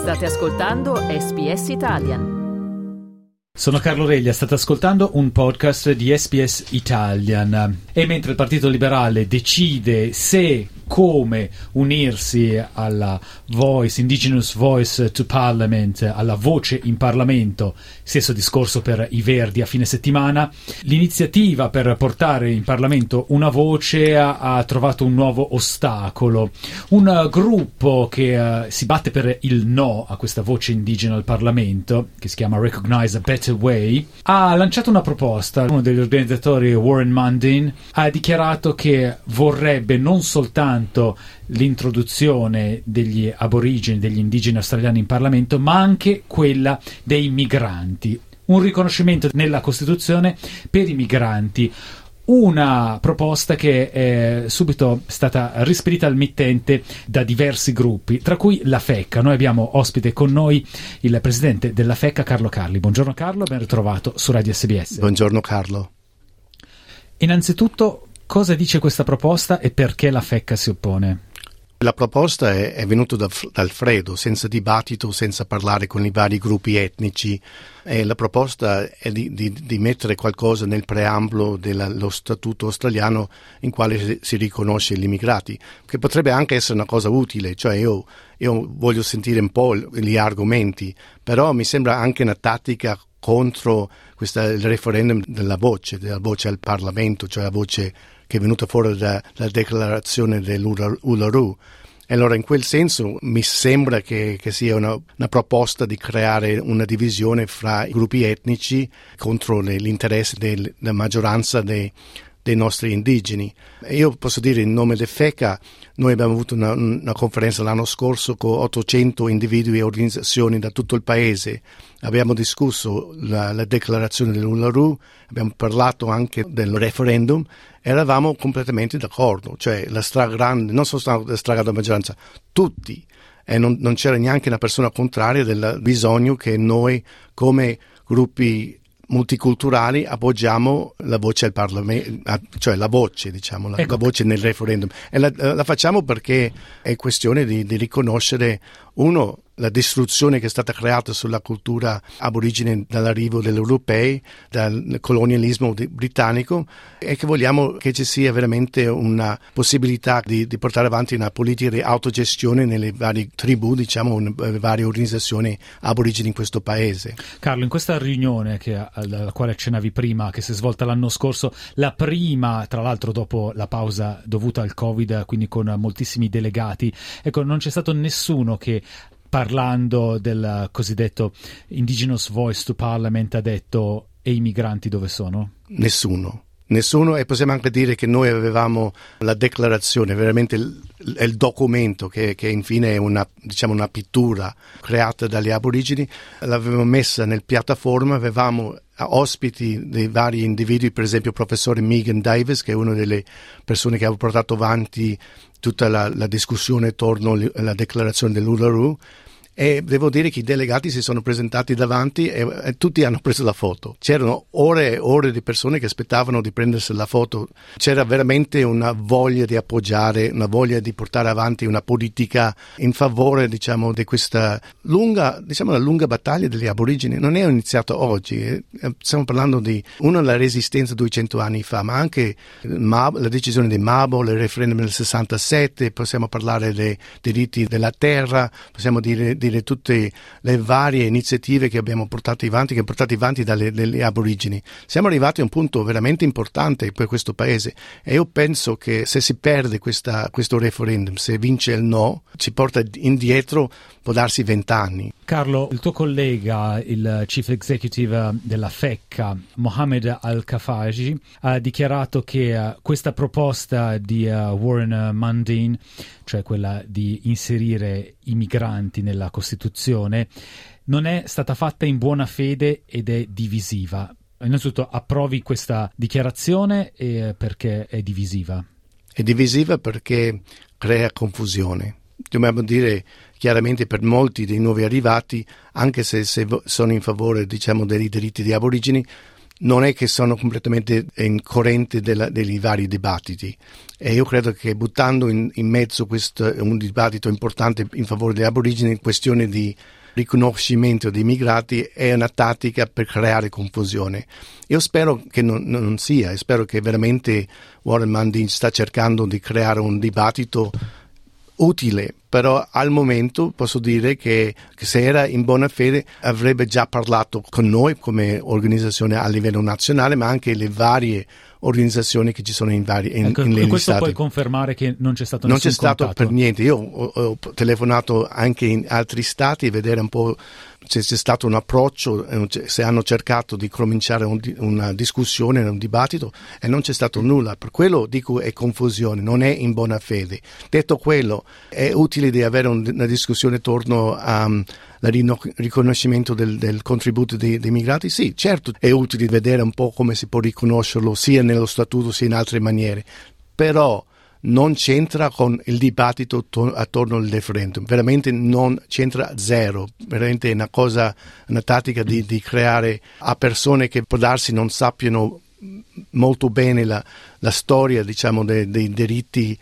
State ascoltando SBS Italian. Sono Carlo Reglia, state ascoltando un podcast di SBS Italian. E mentre il Partito Liberale decide se, come unirsi alla Voice, Indigenous Voice to Parliament, alla voce in Parlamento, stesso discorso per i Verdi a fine settimana, l'iniziativa per portare in Parlamento una voce ha trovato un nuovo ostacolo. Un gruppo che si batte per il no a questa voce indigena al Parlamento, che si chiama Recognize a Better Way, ha lanciato una proposta. Uno degli organizzatori, Warren Mundine, ha dichiarato che vorrebbe non soltanto l'introduzione degli aborigeni, degli indigeni australiani in Parlamento, ma anche quella dei migranti. Un riconoscimento nella Costituzione per i migranti. Una proposta che è subito stata rispedita al mittente da diversi gruppi, tra cui la FECCA. Noi abbiamo ospite con noi il presidente della FECCA, Carlo Carli. Buongiorno Carlo, ben ritrovato su Radio SBS. Buongiorno Carlo. Innanzitutto, cosa dice questa proposta e perché la FECCA si oppone? La proposta è venuta dal freddo, senza dibattito, senza parlare con i vari gruppi etnici. E la proposta è di mettere qualcosa nel preambolo dello Statuto australiano in quale si riconosce gli immigrati, che potrebbe anche essere una cosa utile. Cioè io voglio sentire un po' gli argomenti, però mi sembra anche una tattica contro il referendum della voce al Parlamento, cioè la voce che è venuta fuori dalla declarazione dell'Uluru. E allora in quel senso mi sembra che sia una proposta di creare una divisione fra i gruppi etnici contro l'interesse della maggioranza dei nostri indigeni. E io posso dire in nome del FECCA, noi abbiamo avuto una conferenza l'anno scorso con 800 individui e organizzazioni da tutto il paese. Abbiamo discusso la declarazione dell'Uluru, abbiamo parlato anche del referendum, eravamo completamente d'accordo, cioè la stragrande, non soltanto la stragrande maggioranza, tutti, e non c'era neanche una persona contraria del bisogno che noi come gruppi multiculturali appoggiamo la voce al Parlamento, cioè la voce, diciamo, la voce nel referendum. E la facciamo perché è questione di riconoscere, uno, la distruzione che è stata creata sulla cultura aborigene dall'arrivo degli europei, dal colonialismo britannico, e che vogliamo che ci sia veramente una possibilità di portare avanti una politica di autogestione nelle varie tribù, diciamo, nelle varie organizzazioni aborigene in questo paese. Carlo, in questa riunione alla quale accennavi prima, che si è svolta l'anno scorso, la prima, tra l'altro dopo la pausa dovuta al Covid, quindi con moltissimi delegati, ecco, non c'è stato nessuno che, parlando del cosiddetto Indigenous Voice to Parliament, ha detto: e i migranti dove sono? Nessuno, e possiamo anche dire che noi avevamo la declarazione, veramente il documento che infine è una pittura creata dagli aborigeni, l'avevamo messa nel piattaforma, avevamo ospiti dei vari individui, per esempio il professore Megan Davis, che è una delle persone che ha portato avanti tutta la discussione attorno alla declarazione dell'Uluru. E devo dire che i delegati si sono presentati davanti e tutti hanno preso la foto. C'erano ore e ore di persone che aspettavano di prendersi la foto. C'era veramente una voglia di appoggiare, una voglia di portare avanti una politica in favore, diciamo, di questa lunga battaglia degli aborigeni. Non è iniziato oggi. Stiamo parlando di la resistenza 200 anni fa, ma anche la decisione di Mabo, il referendum del 67, possiamo parlare dei diritti della terra, possiamo dire tutte le varie iniziative che abbiamo portato avanti dagli aborigeni. Siamo arrivati a un punto veramente importante per questo paese e io penso che se si perde questo referendum, se vince il no, ci porta indietro, può darsi 20 anni. Carlo, il tuo collega, il Chief Executive della FECCA, Mohamed Al-Kafaji, ha dichiarato che questa proposta di Warren Mundine, cioè quella di inserire i migranti nella Costituzione, non è stata fatta in buona fede ed è divisiva. Innanzitutto, approvi questa dichiarazione e perché è divisiva? È divisiva perché crea confusione. Dobbiamo dire chiaramente, per molti dei nuovi arrivati, anche se sono in favore, diciamo, dei diritti di aborigeni, non è che sono completamente in corrente dei vari dibattiti, e io credo che buttando in mezzo un dibattito importante in favore degli aborigeni in questione di riconoscimento dei immigrati è una tattica per creare confusione. Io spero che non sia, e spero che veramente Warren Mundine sta cercando di creare un dibattito utile, però al momento posso dire che se era in buona fede avrebbe già parlato con noi come organizzazione a livello nazionale, ma anche le varie organizzazioni che ci sono in questo stati. Puoi confermare che non c'è stato nessun contatto? Non c'è stato per niente. Io ho telefonato anche in altri stati a vedere un po' se c'è stato un approccio, se hanno cercato di cominciare una discussione, un dibattito, e non c'è stato nulla. Per quello dico è confusione, non è in buona fede. Detto quello, è utile di avere una discussione attorno al riconoscimento del contributo dei immigrati. Sì, certo, è utile vedere un po' come si può riconoscerlo sia nello statuto sia in altre maniere, però non c'entra con il dibattito attorno al referendum, veramente non c'entra, zero, veramente è una tattica di creare a persone che può darsi non sappiano molto bene la storia, diciamo, dei diritti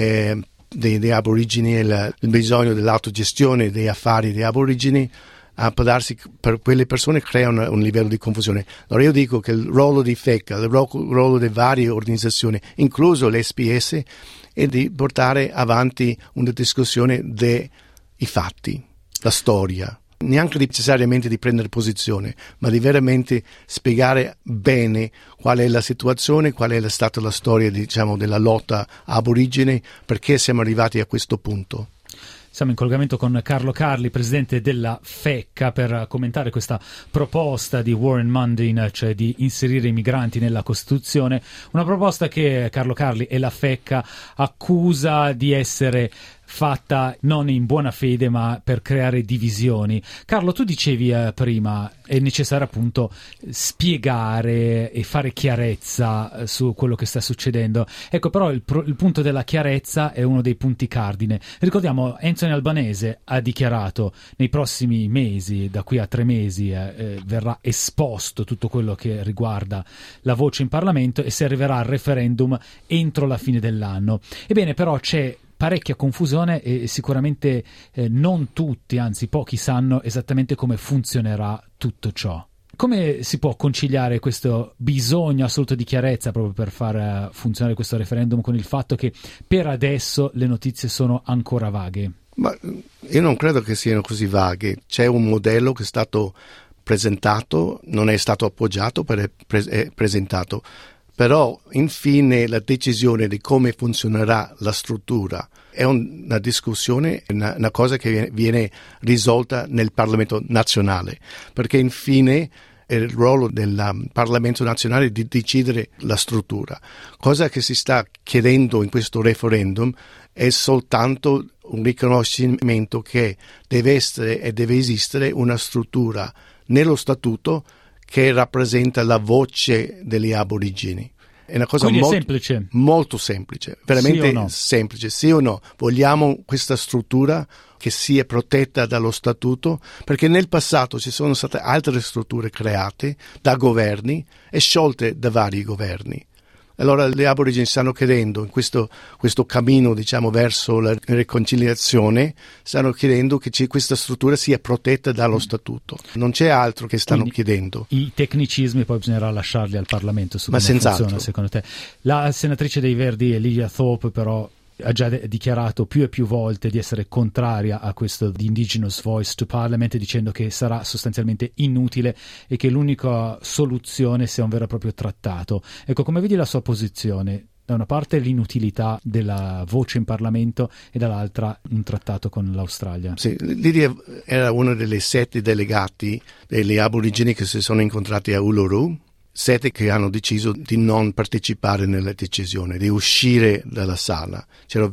dei aborigeni e il bisogno dell'autogestione dei affari degli aborigeni. Può darsi per quelle persone crea un livello di confusione. Allora io dico che il ruolo di FECA, il ruolo delle varie organizzazioni, incluso l'SPS, è di portare avanti una discussione dei fatti, la storia, neanche necessariamente di prendere posizione, ma di veramente spiegare bene qual è la situazione, qual è stata la storia, diciamo, della lotta aborigene, perché siamo arrivati a questo punto. Siamo in collegamento con Carlo Carli, presidente della FECA, per commentare questa proposta di Warren Mundine, cioè di inserire i migranti nella Costituzione, una proposta che Carlo Carli e la FECA accusa di essere fatta non in buona fede ma per creare divisioni. Carlo, tu dicevi prima è necessario appunto spiegare e fare chiarezza su quello che sta succedendo. Ecco, però il punto della chiarezza è uno dei punti cardine. Ricordiamo, Anthony Albanese ha dichiarato nei prossimi mesi, da qui a 3 mesi verrà esposto tutto quello che riguarda la voce in Parlamento e si arriverà al referendum entro la fine dell'anno. Ebbene, però c'è parecchia confusione e sicuramente non tutti, anzi pochi, sanno esattamente come funzionerà tutto ciò. Come si può conciliare questo bisogno assoluto di chiarezza proprio per far funzionare questo referendum con il fatto che per adesso le notizie sono ancora vaghe? Ma io non credo che siano così vaghe. C'è un modello che è stato presentato, non è stato appoggiato, è presentato. Però infine la decisione di come funzionerà la struttura è una discussione, una cosa che viene risolta nel Parlamento nazionale, perché infine è il ruolo del Parlamento nazionale di decidere la struttura. Cosa che si sta chiedendo in questo referendum è soltanto un riconoscimento che deve essere e deve esistere una struttura nello statuto che rappresenta la voce degli aborigeni. È una cosa semplice. Molto semplice, veramente sì o no? Semplice. Sì o no? Vogliamo questa struttura che sia protetta dallo statuto, perché nel passato ci sono state altre strutture create da governi e sciolte da vari governi. Allora gli aborigeni stanno chiedendo, in questo cammino, diciamo, verso la riconciliazione, stanno chiedendo che questa struttura sia protetta dallo statuto. Non c'è altro che stanno chiedendo. I tecnicismi poi bisognerà lasciarli al Parlamento su come funziona secondo te. La senatrice dei Verdi, Lydia Thorpe, però ha già dichiarato più e più volte di essere contraria a questo di Indigenous Voice to Parliament, dicendo che sarà sostanzialmente inutile e che l'unica soluzione sia un vero e proprio trattato. Ecco, come vedi la sua posizione? Da una parte l'inutilità della voce in Parlamento e dall'altra un trattato con l'Australia. Sì, Lydia era uno delle 7 delegati degli aborigeni che si sono incontrati a Uluru. 7 che hanno deciso di non partecipare nella decisione, di uscire dalla sala. C'erano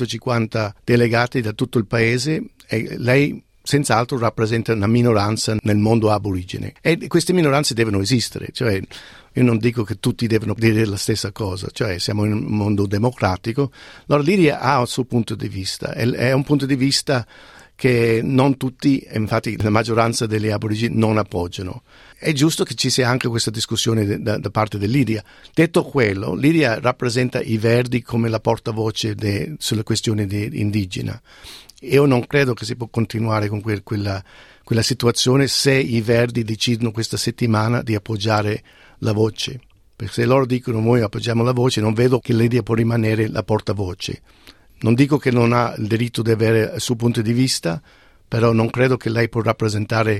250 delegati da tutto il paese e lei senz'altro rappresenta una minoranza nel mondo aborigene. E queste minoranze devono esistere, cioè io non dico che tutti devono dire la stessa cosa, cioè siamo in un mondo democratico. Allora Lydia ha il suo punto di vista, è un punto di vista che non tutti, infatti la maggioranza degli aborigeni non appoggiano. È giusto che ci sia anche questa discussione da parte dell'Idia. Detto quello, l'Idia rappresenta i Verdi come la portavoce sulle questioni indigena. Io non credo che si può continuare con quella situazione se i Verdi decidono questa settimana di appoggiare la voce. Perché se loro dicono noi appoggiamo la voce, non vedo che l'Idia può rimanere la portavoce. Non dico che non ha il diritto di avere il suo punto di vista, però non credo che lei può rappresentare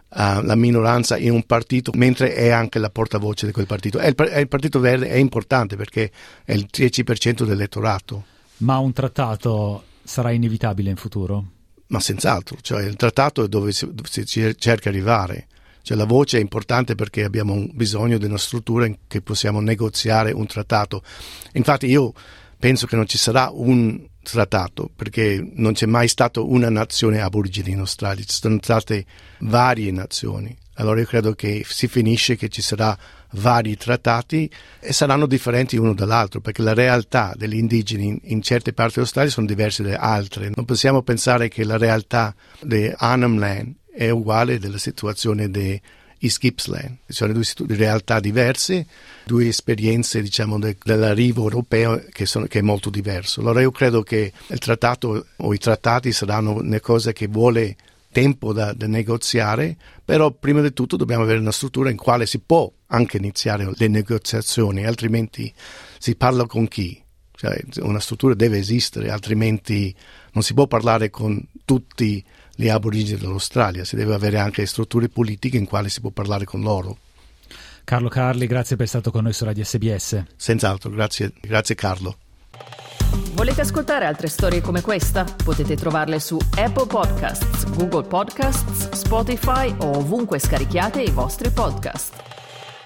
la minoranza in un partito mentre è anche la portavoce di quel partito. Il Partito Verde è importante perché è il 10% dell'elettorato. Ma un trattato sarà inevitabile in futuro? Ma senz'altro, cioè il trattato è dove si cerca di arrivare. Cioè la voce è importante perché abbiamo bisogno di una struttura in cui possiamo negoziare un trattato. Infatti io penso che non ci sarà un trattato perché non c'è mai stata una nazione aborigene in Australia, ci sono state varie nazioni. Allora io credo che si finisce che ci sarà vari trattati e saranno differenti uno dall'altro perché la realtà degli indigeni in certe parti dell'Australia sono diverse da altre. Non possiamo pensare che la realtà di Arnhem Land è uguale della situazione di East Gippsland. Sono due realtà diverse, due esperienze diciamo dell'arrivo europeo che è molto diverso. Allora io credo che il trattato o i trattati saranno una cosa che vuole tempo da negoziare, però prima di tutto dobbiamo avere una struttura in quale si può anche iniziare le negoziazioni, altrimenti si parla con chi? Cioè, una struttura deve esistere, altrimenti non si può parlare con tutti gli aborigeni dell'Australia, si deve avere anche strutture politiche in quali si può parlare con loro. Carlo Carli, grazie per essere stato con noi su Radio SBS. Senz'altro, grazie Carlo. Volete ascoltare altre storie come questa? Potete trovarle su Apple Podcasts, Google Podcasts, Spotify o ovunque scarichiate i vostri podcast.